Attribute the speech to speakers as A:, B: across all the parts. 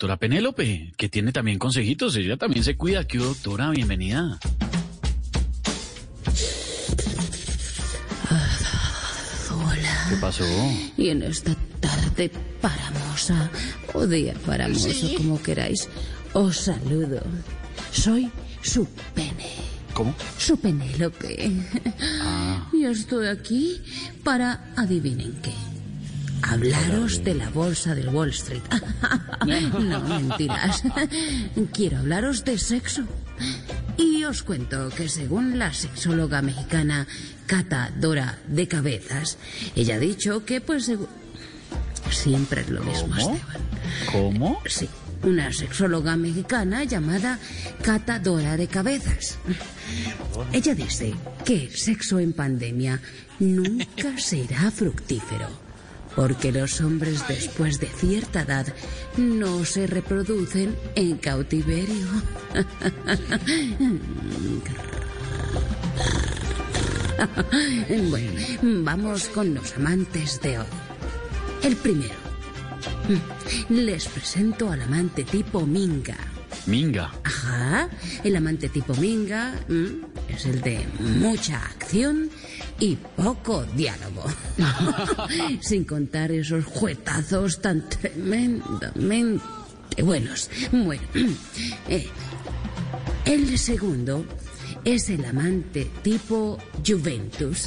A: doctora Penélope, que tiene también consejitos. Ella también se cuida. ¿Qué, doctora? Bienvenida.
B: Hola.
A: ¿Qué pasó?
B: Y en esta tarde paramosa, o día paramoso,
A: ¿Sí?
B: como queráis, os saludo. Soy su pene.
A: ¿Cómo?
B: Su Penélope. Y estoy aquí para, adivinen qué, hablaros de la bolsa del Wall Street. No, mentiras. Quiero hablaros de sexo. Y os cuento que según la sexóloga mexicana Cata Dora de Cabezas, ella ha dicho que pues siempre es lo mismo,
A: ¿Cómo?
B: Esteban.
A: ¿Cómo?
B: Sí, una sexóloga mexicana llamada Cata Dora de Cabezas. Ella dice que el sexo en pandemia nunca será fructífero, porque los hombres después de cierta edad no se reproducen en cautiverio. Bueno, vamos con los amantes de hoy. El primero. Les presento al amante tipo Minga.
A: Minga.
B: Ajá, el amante tipo Minga es el de mucha acción y poco diálogo. Sin contar esos juetazos tan tremendamente buenos. Bueno, el segundo es el amante tipo Juventus.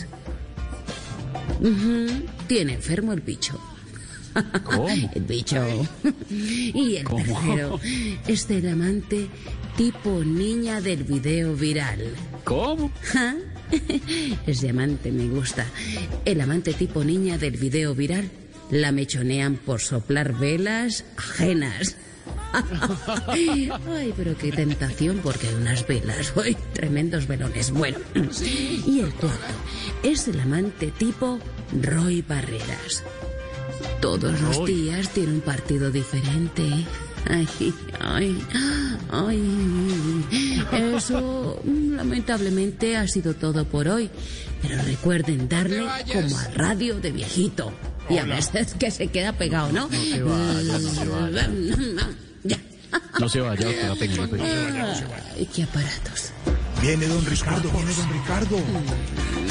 B: Tiene enfermo el bicho.
A: ¿Cómo?
B: El bicho. Y el
A: ¿Cómo?
B: tercero es el amante tipo niña del video viral.
A: ¿Cómo?
B: ¿Ah? Ese amante me gusta. El amante tipo niña del video viral la mechonean por soplar velas ajenas. Ay, pero qué tentación, porque hay unas velas, uy, tremendos velones. Bueno, y el cuarto es el amante tipo Roy Barreras. Todos los días tiene un partido diferente. Ay. Eso, lamentablemente, ha sido todo por hoy. Pero recuerden darle como a radio de viejito. Y a veces que se queda pegado, ¿no?
A: No se vaya, no se vaya.
B: Ya.
A: No se vaya, doctora Penélope.
B: Ay, qué aparatos.
C: Viene don Ricardo.